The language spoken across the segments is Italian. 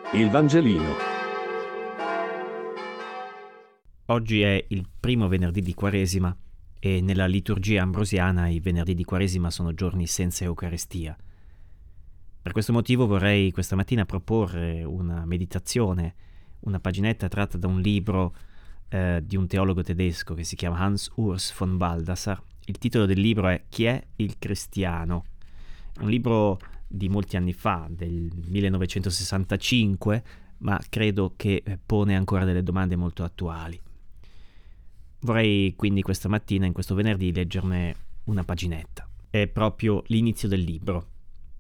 Il Vangelino. Oggi è il primo venerdì di Quaresima e nella liturgia ambrosiana i venerdì di Quaresima sono giorni senza Eucaristia. Per questo motivo vorrei questa mattina proporre una meditazione, una paginetta tratta da un libro di un teologo tedesco che si chiama Hans Urs von Balthasar. Il titolo del libro è Chi è il cristiano? È un libro di molti anni fa, del 1965, ma credo che pone ancora delle domande molto attuali. Vorrei quindi questa mattina, in questo venerdì, leggerne una paginetta. È proprio l'inizio del libro.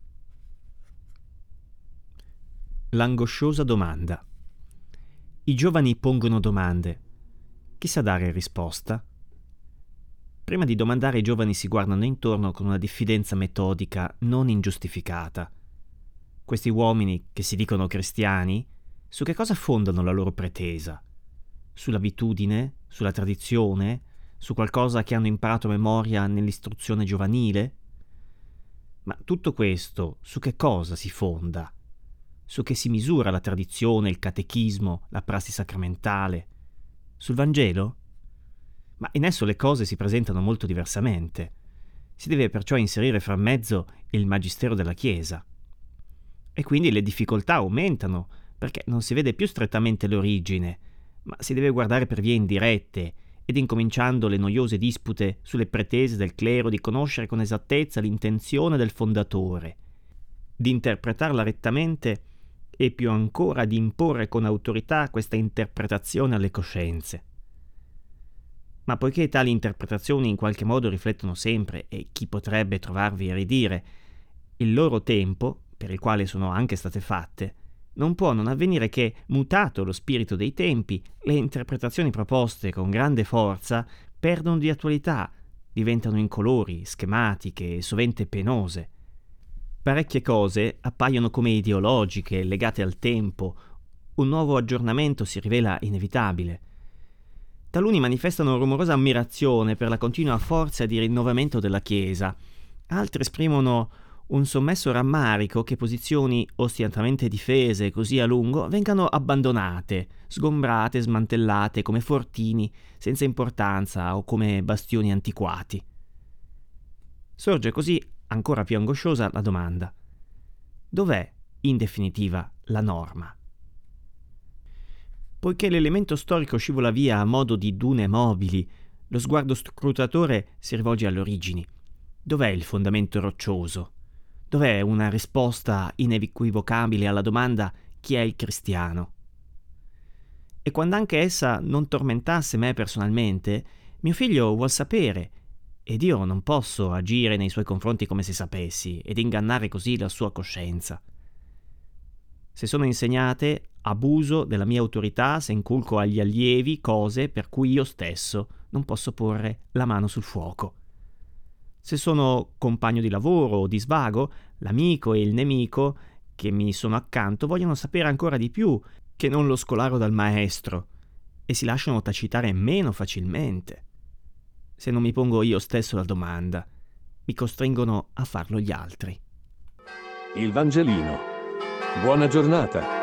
L'angosciosa domanda. I giovani pongono domande. Chi sa dare risposta? Prima di domandare, i giovani si guardano intorno con una diffidenza metodica non ingiustificata. Questi uomini, che si dicono cristiani, su che cosa fondano la loro pretesa? Sull'abitudine? Sulla tradizione? Su qualcosa che hanno imparato a memoria nell'istruzione giovanile? Ma tutto questo su che cosa si fonda? Su che si misura la tradizione, il catechismo, la prassi sacramentale? Sul Vangelo? Ma in esso le cose si presentano molto diversamente. Si deve perciò inserire fra mezzo il magistero della Chiesa. E quindi le difficoltà aumentano, perché non si vede più strettamente l'origine, ma si deve guardare per vie indirette, ed incominciando le noiose dispute sulle pretese del clero di conoscere con esattezza l'intenzione del fondatore, di interpretarla rettamente e più ancora di imporre con autorità questa interpretazione alle coscienze. Ma poiché tali interpretazioni in qualche modo riflettono sempre, e chi potrebbe trovarvi a ridire, il loro tempo, per il quale sono anche state fatte, non può non avvenire che, mutato lo spirito dei tempi, le interpretazioni proposte con grande forza perdono di attualità, diventano incolori, schematiche e sovente penose. Parecchie cose appaiono come ideologiche, legate al tempo. Un nuovo aggiornamento si rivela inevitabile. Taluni manifestano rumorosa ammirazione per la continua forza di rinnovamento della Chiesa, altri esprimono un sommesso rammarico che posizioni ostinatamente difese così a lungo vengano abbandonate, sgombrate, smantellate come fortini senza importanza o come bastioni antiquati. Sorge così, ancora più angosciosa, la domanda: dov'è, in definitiva, la norma? Poiché l'elemento storico scivola via a modo di dune mobili, lo sguardo scrutatore si rivolge alle origini. Dov'è il fondamento roccioso? Dov'è una risposta inequivocabile alla domanda chi è il cristiano? E quando anche essa non tormentasse me personalmente, mio figlio vuol sapere, ed io non posso agire nei suoi confronti come se sapessi, ed ingannare così la sua coscienza. Se sono insegnate, abuso della mia autorità se inculco agli allievi cose per cui io stesso non posso porre la mano sul fuoco. Se sono compagno di lavoro o di svago, l'amico e il nemico che mi sono accanto vogliono sapere ancora di più che non lo scolaro dal maestro e si lasciano tacitare meno facilmente. Se non mi pongo io stesso la domanda, mi costringono a farlo gli altri. Il Vangelino. Buona giornata.